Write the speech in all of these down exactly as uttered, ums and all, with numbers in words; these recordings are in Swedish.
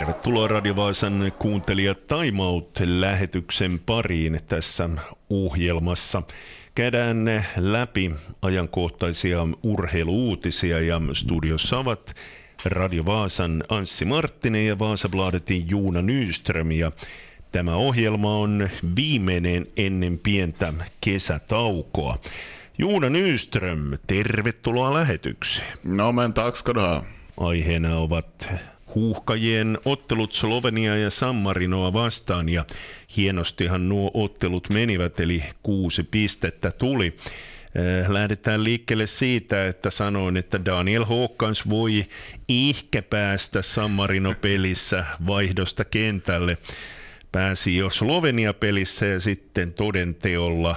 Tervetuloa Radio Vaasan kuuntelijat Time Out-lähetyksen pariin tässä ohjelmassa. Käydään läpi ajankohtaisia urheiluuutisia ja studiossa ovat Radio Vaasan Anssi Marttinen ja Vasabladetin Joona Nyström. Ja tämä ohjelma on viimeinen ennen pientä kesätaukoa. Joona Nyström, tervetuloa lähetykseen. No men tack ska du ha. Aiheena ovat huuhkajien ottelut Slovenia ja San Marinoa vastaan, ja hienostihan nuo ottelut menivät, eli kuusi pistettä tuli. Lähdetään liikkeelle siitä, että sanoin, että Daniel Håkans voi ehkä päästä San Marino-pelissä vaihdosta kentälle. Pääsi jo Slovenia-pelissä ja sitten todenteolla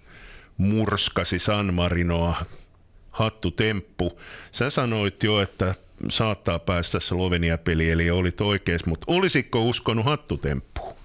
murskasi San Marinoa. Hattutemppu. Sä sanoit jo, että saattaa päästä Slovenia-peliin, eli olit oikeassa, mutta olisitko uskonut hattutemppuun?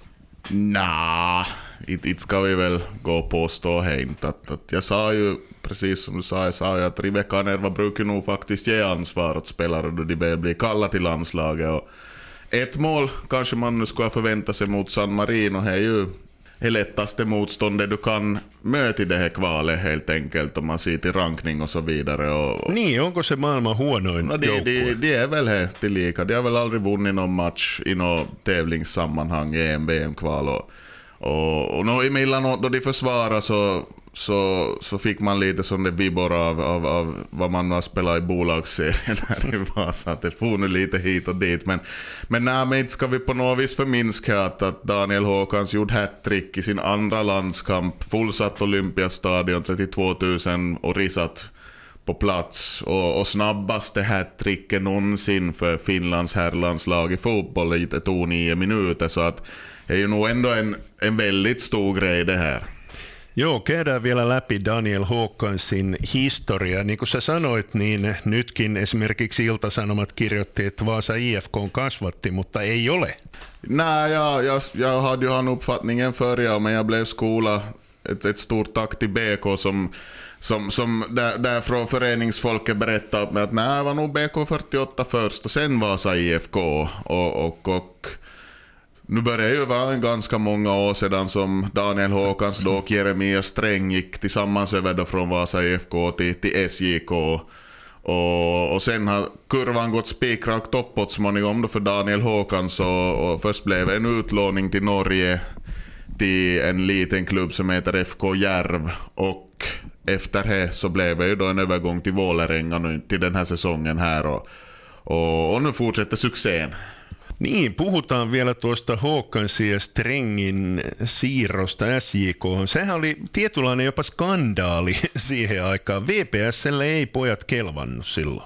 Nah, inte it ska vi väl gå och påstå här inte. Att, att jag sa ju, precis som du sa, jag sa ju att Rive Kanerva brukar nog faktiskt ge ansvar åt spelare då de blir kalla till landslaget. Och ett mål kanske man nu ska förvänta sig mot San Marino är ju det lättaste motståndet du kan möta i det här kvalet helt enkelt om man ser till rankning och så vidare. Och, niin, onko se maailman huonoin no, de, de, de är väl helt lika. De har väl aldrig vunnit någon match i något tävlingssammanhang i E M V M-kval. Och, och, och no, emellanåt då de försvarar så, så, så fick man lite som det vibbor av, av, av vad man har spelat i bolagsserien här i Vasa. Att det får nu lite hit och dit. Men, men nej, men inte ska vi på något vis förminska att, att Daniel Håkans gjorde hattrick i sin andra landskamp. Fullsatt Olympiastadion trettiotvå tusen och risat på plats. Och, och snabbaste hattricken någonsin för Finlands herrlandslag i fotboll i det tog nio minuter. Så att det är ju nog ändå en, en väldigt stor grej det här. Joo, käydään vielä läpi Daniel Håkansin historia. Niin kuin sä sanoit, niin nytkin esimerkiksi Ilta-Sanomat kirjoitti, että Vasa I F K kasvatti, mutta ei ole. Nej, jag, jag, jag hade ju han uppfattningen förr, men jag blev skola. Ett, ett stort tack till B K som, som, som där, där från föreningsfolket berättade med att nej, var nog B K fyrtioåtta först och sen Vasa I F K. Och, och, och nu börjar ju vara en ganska många år sedan som Daniel Håkans och Jeremias Sträng gick tillsammans över då från Vasa I F K till, till S J K. Och, och sen har kurvan gått spikrakt uppåt småningom då för Daniel Håkans och, och först blev en utlåning till Norge till en liten klubb som heter F K Järv, och efter det så blev det ju då en övergång till Vålerenga nu till den här säsongen här, och, och, och nu fortsätter succén. Niin, puhutaan vielä tuosta Håkansin ja Strengin siirrosta S J K. Sehän oli tietynlainen jopa skandaali siihen aikaan. V P S:lle ei pojat kelvannut silloin.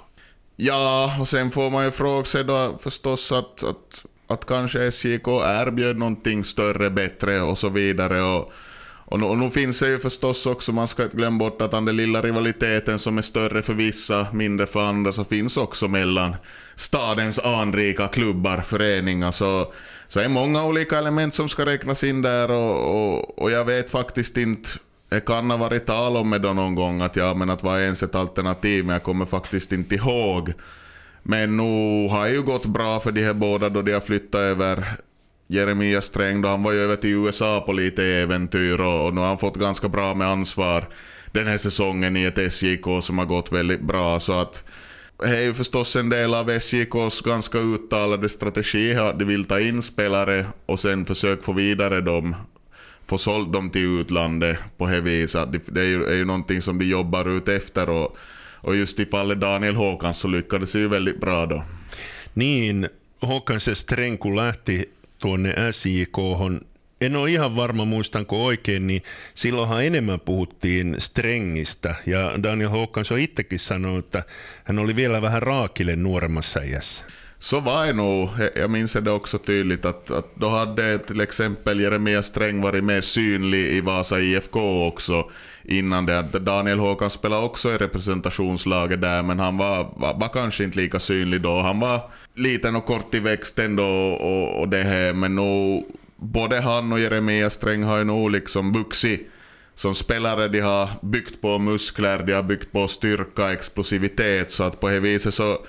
Ja, och sen får man ju fråga sig då förstås att, att, att kanske S J K erbjöd någonting större, bättre och så vidare. Och, och, nu, och nu finns det ju förstås också, man ska inte glömma bort att den lilla rivaliteten som är större för vissa, mindre för andra, så finns också mellan stadens anrika klubbar, föreningar, så, så är många olika element som ska räknas in där, och, och, och jag vet faktiskt inte, det kan ha varit tal om det då någon gång att ja, men att vara ens ett alternativ, men jag kommer faktiskt inte ihåg. Men nu har ju gått bra för de här båda då de har flyttat över. Jeremias Sträng då, han var ju över till U S A på lite äventyr, och, och nu har han fått ganska bra med ansvar den här säsongen i ett S J K som har gått väldigt bra, så att det är ju förstås en del av S J K:s ganska uttalade strategi att de vill ta in spelare och sen försöka få vidare dem, få sålt dem till utlandet på det viset. Det är ju, är ju någonting som de jobbar ut efter, och, och just i fallet Daniel Håkans så lyckades det ju väldigt bra då. Niin, Håkans ja Streng kun lähti tuonne S J K:hon, en ole ihan varma muistanko oikein, niin silloinhan enemmän puhuttiin Strengistä, ja Daniel Håkans on itsekin sanonut, että hän oli vielä vähän raakille nuoremmassa iässä. Så var det nog, jag minns det också tydligt att, att då hade till exempel Jeremias Sträng varit mer synlig i Vasa I F K också innan det. Daniel Håkan spelade också i representationslaget där, men han var, var, var kanske inte lika synlig då. Han var liten och kort i växten då, och, och det här, men nu både han och Jeremias Sträng har ju nog liksom vuxit som spelare. De har byggt på muskler, de har byggt på styrka, explosivitet, så att på det viset så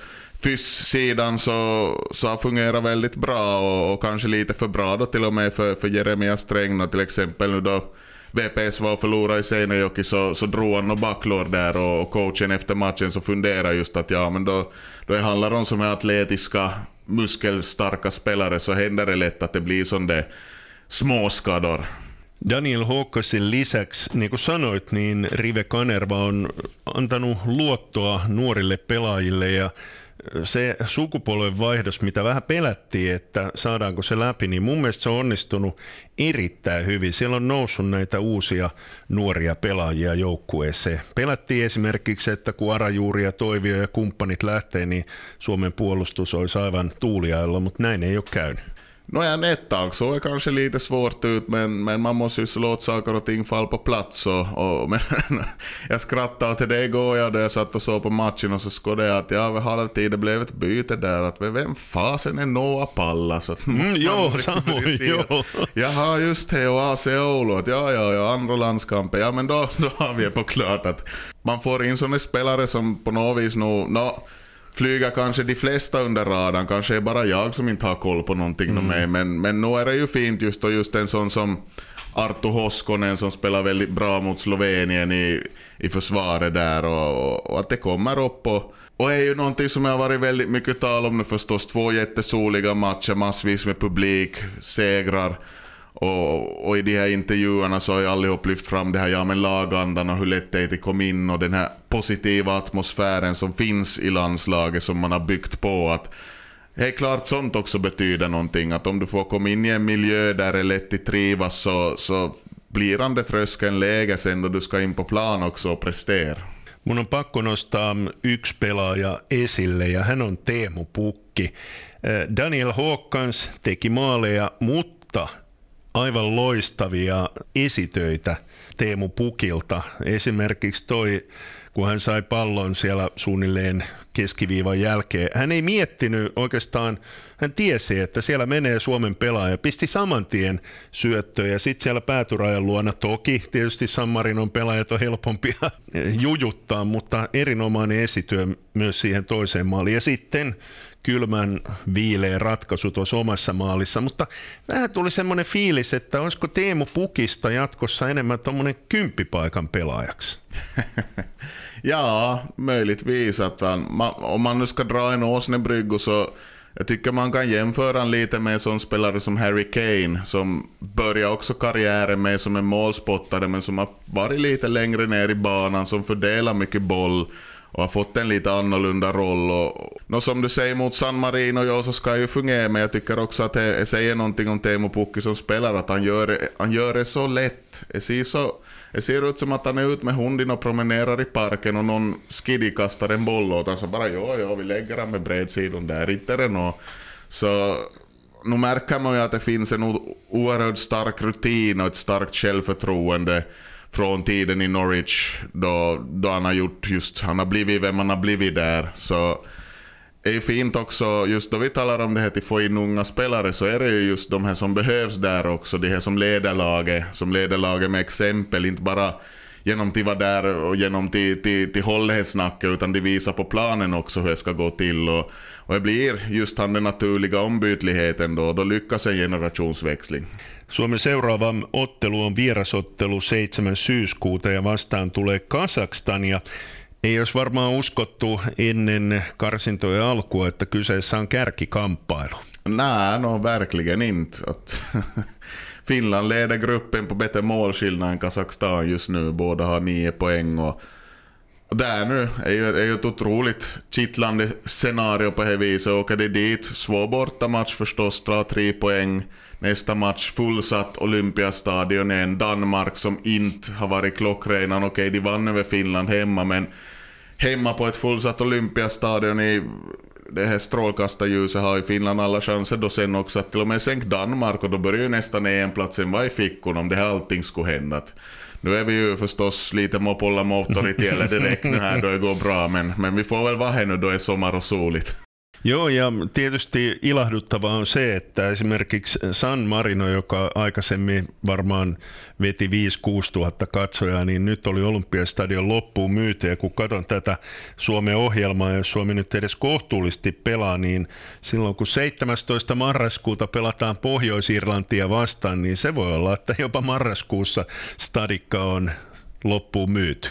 fyss-sidan så, så har fungerat väldigt bra och, och kanske lite för bra då till och med för, för Jeremias Sträng till exempel nu då V P S var förlorade i Seinäjoki så, så drog han och backlår där och, och coachen efter matchen så funderar just att ja men då, då handlar det om som är atletiska muskelstarka spelare så händer det lätt att det blir sån där småskador. Daniel Håkasin lisäksi, niin kuin sanoit, niin Rive Kanerva on antanut luottoa nuorille pelaajille ja se sukupolven vaihdos, mitä vähän pelättiin, että saadaanko se läpi, niin mun mielestä se on onnistunut erittäin hyvin. Siellä on noussut näitä uusia nuoria pelaajia joukkueeseen. Pelättiin esimerkiksi, että kun Arajuuri ja Toivio ja kumppanit lähtee, niin Suomen puolustus olisi aivan tuuliailla, mutta näin ei ole käynyt. No ja ett tag så är kanske lite svårt ut men, men man måste ju så låta saker och ting fall på plats och, och men, jag skrattade till det igår ja, då jag satt och såg på matchen och så skådde jag att ja, vid halvtid det blev ett byte där att vem fasen är Noah Pallas att mm, jo, Samuel, jo. Jaha just det och A C Oulu att ja ja ja andra landskamper ja men då, då har vi på klart att man får in sådana spelare som på något vis nu no, flyga kanske de flesta under radarn, kanske är bara jag som inte har koll på någonting mm. med, men, men nu är det ju fint just och just en sån som Arttu Hoskonen som spelar väldigt bra mot Slovenien i, i försvaret där och, och att det kommer upp och, och är ju någonting som har varit väldigt mycket tal om nu förstås, två jättesoliga matcher, massvis med publik, segrar. Och, och i de här intervjuerna så har ju allihop lyft fram det här ja, men lagandan och hur lätt det är att komma in och den här positiva atmosfären som finns i landslaget som man har byggt på att det är klart sånt också betyder någonting att om du får komma in i en miljö där det är lätt att trivas så, så blir han det tröskeln läge sen då du ska in på plan också och prestera. Mun on pakko nostaa yksi pelaaja esille ja hän on Teemu Pukki. Daniel Håkans teki maaleja, mutta aivan loistavia esitöitä Teemu Pukilta. Esimerkiksi toi, kun hän sai pallon siellä suunnilleen keskiviivan jälkeen. Hän ei miettinyt oikeastaan, hän tiesi, että siellä menee Suomen pelaaja. Pisti saman tien syöttöä ja sitten siellä päätyrajan luona toki tietysti San Marinon pelaajat on helpompia jujuttaa, mutta erinomainen esityö myös siihen toiseen maaliin. Ja sitten kylmän viileä ratkaisu tuossa omassa maalissa, mutta vähän tuli semmoinen fiilis, että olisiko Teemu Pukista jatkossa enemmän tommonen kymppipaikan pelaajaksi? Ja, möjligtvis att han, om man nu ska dra en Åsnebrygg så jag tycker man kan jämföra han lite med en sån spelare som Harry Kane som börjar också karriären med som en målspottare men som har varit lite längre ner i banan, som fördelar mycket boll och har fått en lite annorlunda roll och no, som du säger mot San Marino ja, så ska ju fungera, men jag tycker också att det säger någonting om Teemu Pukki som spelar att han gör, han gör det så lätt. Det ser, så, det ser ut som att han är ut med hunden och promenerar i parken och någon skiddy kastar en boll åt han så bara ja, ja, vi lägger han med bredsidan där, inte det nå. Så nu märker man ju att det finns en oerhört stark rutin och ett starkt självförtroende från tiden i Norwich då, då han har gjort just, han har blivit vem han har blivit där. Så det är fint också, just då vi talar om det här till få in unga spelare så är det ju just de här som behövs där också, det här som leder laget, som leder laget med exempel, inte bara genom att vara där och genom till, till, till hållhetsnacket utan de visar på planen också hur det ska gå till och, och det blir just han den naturliga ombytligheten då, då lyckas en generationsväxling. Suomen seuraava ottelu on vierasottelu seitsemäs syyskuuta ja vastaan tulee Kazakstan ja ei olisi varmaan uskottu ennen karsintojen alkua, että kyseessä on kärkikamppailu. Nej, no verkligen inte. Att Finland leder gruppen på bättre målskillnad än Kazakstan just nu. Båda har nio poäng och, och där nu är ju, är ju ett otroligt kittlande scenario på det viset. Åker det dit, svår borta match förstås, dra tre poäng. Nästa match fullsatt Olympiastadion är en Danmark som inte har varit klockrenan. Okej, de vann över Finland hemma, men hemma på ett fullsatt Olympiastadion i det här strålkastarljuset har i Finland alla chanser då sen också att till och med sänk Danmark och då börjar ju nästan E M-platsen vara i fickan om det här allting skulle hända. Nu är vi ju förstås lite mopolla motor i tele direkt nu här då det går bra, men, men vi får väl vara här nu då är sommar och soligt. Joo, ja tietysti ilahduttavaa on se, että esimerkiksi San Marino, joka aikaisemmin varmaan veti viisi kuusi tuhatta katsojaa, niin nyt oli Olympiastadion loppuun myyty, ja kun katson tätä Suomen ohjelmaa, ja jos Suomi nyt edes kohtuullisesti pelaa, niin silloin kun seitsemästoista marraskuuta pelataan Pohjois-Irlantia vastaan, niin se voi olla, että jopa marraskuussa stadikka on loppuun myyty.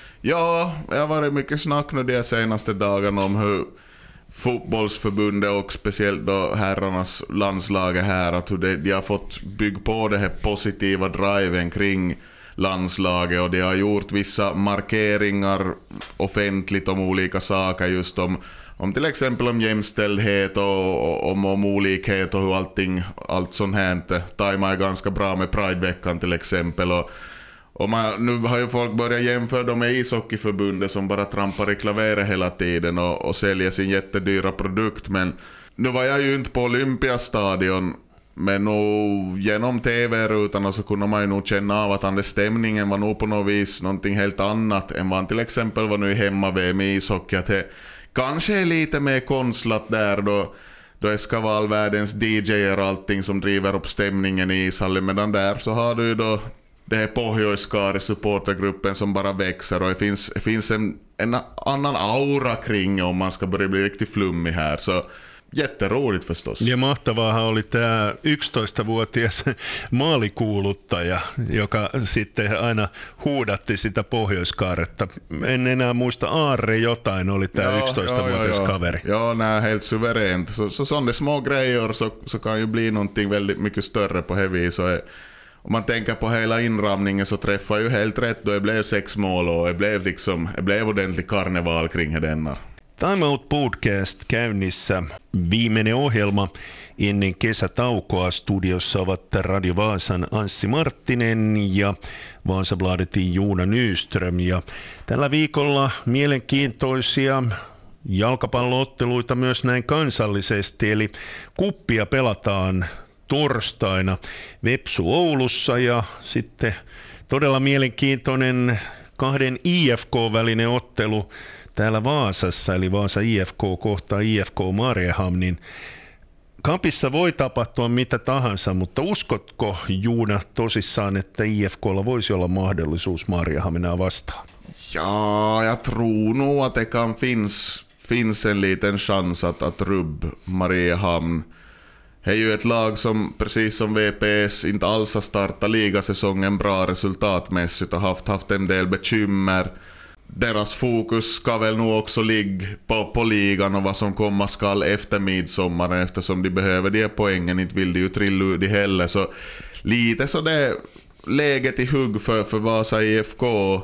Ja, jag har varit mycket snack nu de senaste dagarna om hur fotbollsförbundet och speciellt då herrarnas landslaget här, att hur de, de har fått bygga på det här positiva driven kring landslaget, och de har gjort vissa markeringar offentligt om olika saker, just om, om till exempel om jämställdhet och om, om olikhet och hur allting, allt sånt här tajmar ganska bra med Prideveckan till exempel. Och Och man, nu har ju folk börjat jämföra dem med ishockeyförbundet som bara trampar i klaveret hela tiden och, och säljer sin jättedyra produkt. Men nu var jag ju inte på Olympiastadion, men nog genom tv-rutan så kunde man ju nog känna av att den stämningen var nog på något vis någonting helt annat än vad till exempel var nu i hemma-V M i ishockey. Att det kanske är lite mer konstlat där då, då är ska vara all världens D J:er och allting som driver upp stämningen i ishallen, medan där så har du ju då det är Pohjoiskari supportergruppen som bara växer, och det finns, det finns en, en annan aura kring om man ska börja bli riktigt flummig här, så jätteroligt förstås. Ja mahtavaahan oli tämä yksitoistavuotias maalikuuluttaja, joka sitten aina huudatti sitä Pohjoiskaaretta. En enää muista, Aarre jotain oli tämä yksitoistavuotias kaveri. Ja, nej, helt suveränt. Så, så sådana små grejer så, så kan ju bli någonting väldigt mycket större på det vis. Så om man tänker på hela inramningen så träffar ju helt rätt, då det blev sex mål och det blev liksom, det blev ordentlig karneval kring denna. Time Out Podcast käynnissä. Viimeinen ohjelma ennen kesätaukoa. Studiossa ovat Radio Vaasan Anssi Marttinen ja Vasabladetin Joona Nyström. Ja tällä viikolla mielenkiintoisia jalkapallootteluita myös näin kansallisesti, eli kuppia pelataan torstaina Vepsu Oulussa, ja sitten todella mielenkiintoinen kahden I F K-välinen ottelu täällä Vaasassa, eli Vaasa I F K kohtaa I F K Mariehamnin. Kampissa voi tapahtua mitä tahansa, mutta uskotko, Joona, tosissaan, että I F K:lla voisi olla mahdollisuus Mariehamnaa vastaan? Ja, jag tror nog att det kan finns, finns en liten chans att, att rubb Mariehamn. Det är ju ett lag som, precis som V P S, inte alls har startat ligasäsongen bra resultatmässigt och haft, haft en del bekymmer. Deras fokus ska väl nog också ligga på, på ligan och vad som komma skall efter midsommaren, eftersom de behöver de poängen, inte vill de ju trilla ut de heller. Så lite så det läget i hugg för, för Vasa I F K.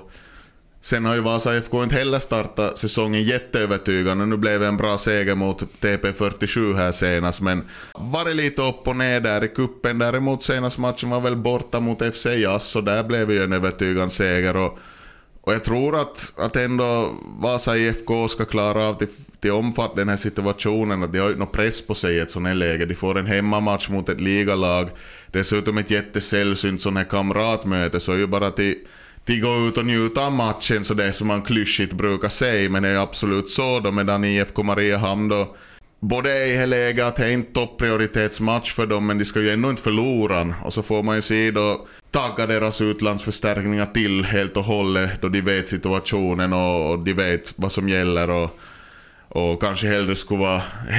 Sen har ju Vasa I F K inte heller startat säsongen jätteövertygande. Nu blev det en bra seger mot T P fyrtiosju här senast, men var det lite upp och ner där i kuppen. Däremot senast matchen var väl borta mot F C Jazz, så där blev det ju en övertygande seger. Och, och jag tror att, att ändå Vasa I F K ska klara av till, till omfatta den här situationen. Att de har ju någon press på sig i ett sånt här läge. De får en hemmamatch mot ett ligalag. Dessutom ett jättesällsynt sån här kamratmöte, så är ju bara till de går ut och njuta av matchen, så det är som man klyschigt brukar säga, men det är absolut så då, medan I F K Mariehamn då både i läge att det är inte topprioritetsmatch för dem, men de ska ju ändå inte förlora, och så får man ju se då tagga deras utlandsförstärkningar till helt och hållet då de vet situationen och, och de vet vad som gäller, och, och kanske hellre skulle vara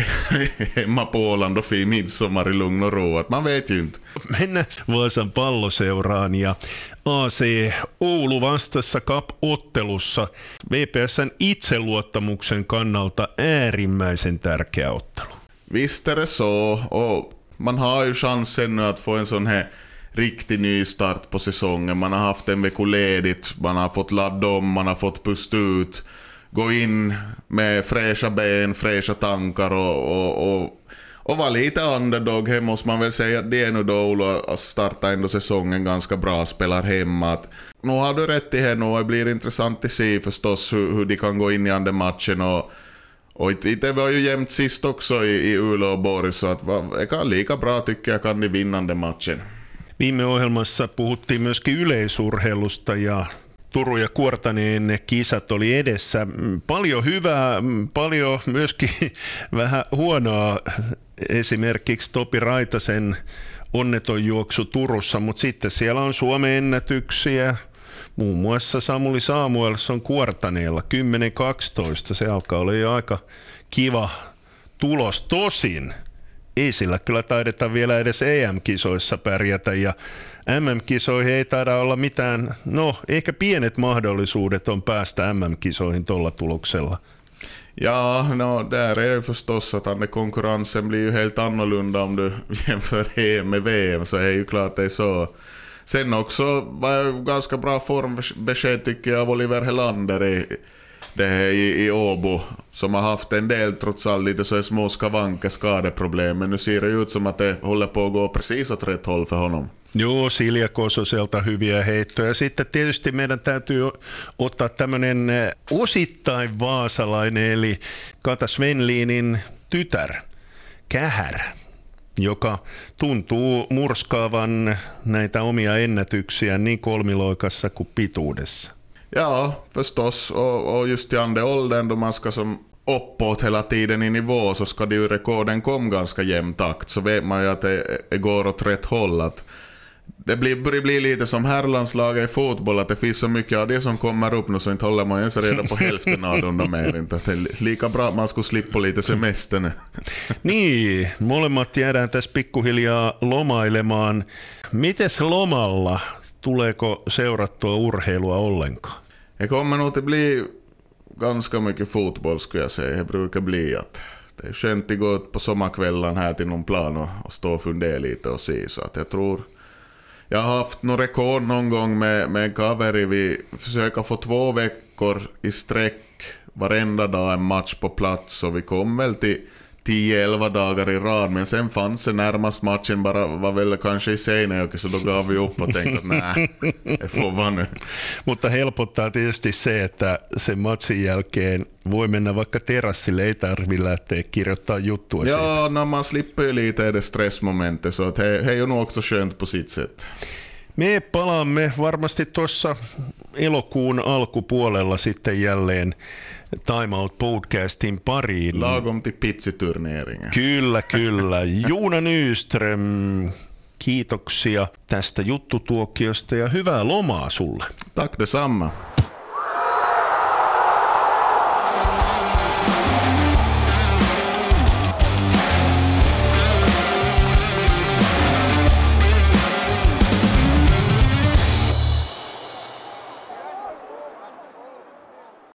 hemma på Åland och fin midsommar i lugn och ro, att man vet ju inte. Mennään Vaasan palloseuraan ja A C Oulu vastassa Cup-ottelussa. V P S:n itseluottamuksen kannalta äärimmäisen tärkeä ottelu. Visst är det så, och man har ju chansen nu att få en sån här riktig ny start på säsongen. Man har haft en vecka ledigt, man har fått ladda om, man har fått pusta ut, gå in med fräscha ben, fräscha tankar och, och, och Och var lite underdog hem, måste man väl säga att det är nu då Oulu att starta ändå säsongen ganska bra, spelar hemma. Att, nu har du rätt i henne, och det blir intressant att se förstås hur, hur de kan gå in i andra matchen. Och, och det var ju jämnt sist också i, i Uleåborg, så att det kan lika bra tycker jag kan de vinnande matchen. Viime ohjelmassa puhuttiin myöskin yleisurheilusta ja Turun ja Kuortaneen kisat oli edessä. Paljon hyvää, paljon myöskin vähän huonoa. Esimerkiksi Topi Raitasen onneton juoksu Turussa, mutta sitten siellä on Suomen ennätyksiä. Muun muassa Samuli Samuelsson Kuortaneella kymmenen kaksitoista. Se alkaa olla jo aika kiva tulos. Tosin ei sillä kyllä taideta vielä edes E M-kisoissa pärjätä ja M M-kisoihin ei taida olla mitään, no ehkä pienet mahdollisuudet on päästä M M-kisoihin tuolla tuloksella. Ja, no där är det förstås att den konkurrensen blir ju helt annorlunda om du jämför E M med V M, så är det ju klart det är så. Sen också var ju ganska bra formbesked tycker jag av Oliver Helander i, det här i, i Åbo, som har haft en del trots allt lite så små skavanker, skadeproblem, men nu ser det ut som att det håller på att gå precis åt rätt håll för honom. Joo, Silja Kososelta hyviä heittoja. Sitten tietysti meidän täytyy ottaa tämmöinen osittain vaasalainen, eli Kata Svenlinin tytär, Kähär, joka tuntuu murskaavan näitä omia ennätyksiä niin kolmiloikassa kuin pituudessa. Ja, förstås. Och, och just i andra åldern då man ska som uppåt hela tiden i nivå, så ska det ju rekorden kom ganska jämn takt, så vet man ju att det, det går åt rätt håll. Att det blir, börjar bli lite som herrlandslaget i fotboll, att det finns så mycket av det som kommer upp nu så inte håller man ens redan på hälften av dem mer. Inte. Det är lika bra att man skulle slippa lite semester nu. Niin, molemmat jäädään tässä pikkuhiljaa lomailemaan. Mites lomalla? Tuleeko seurattua urheilua ollenkaan? Det kommer nog att bli ganska mycket fotboll skulle jag säga. Det brukar bli att det är skönt att gå ut på sommarkvällen här till någon plan och, och stå och fundera lite och se. Så att jag tror jag har haft någon rekord någon gång med, med Kaveri. Vi försöker få två veckor i sträck varenda dag en match på plats, och vi kom väl till tio elva dagar i rad, men sen fanns det närmast matchen bara var väl kanske i Seinäjoki, så då gav vi upp och tänkte att nej, det får vara nu. Mutta helpottaa tietysti se, että sen matsin jälkeen voi mennä vaikka terassille, ei tarvitse lähteä kirjoittaa juttua ja, siitä. Ja, no, man slipper ju lite det stressmomentet, så att det, det är ju nog också skönt på sitt sätt. Me palaamme varmasti tuossa elokuun alkupuolella sitten jälleen Time Out podcastin pariin. Lagom till pizziturneringen. Kyllä, kyllä. Joona Nyström, kiitoksia tästä juttutuokiosta ja hyvää lomaa sulle. Tack detsamma.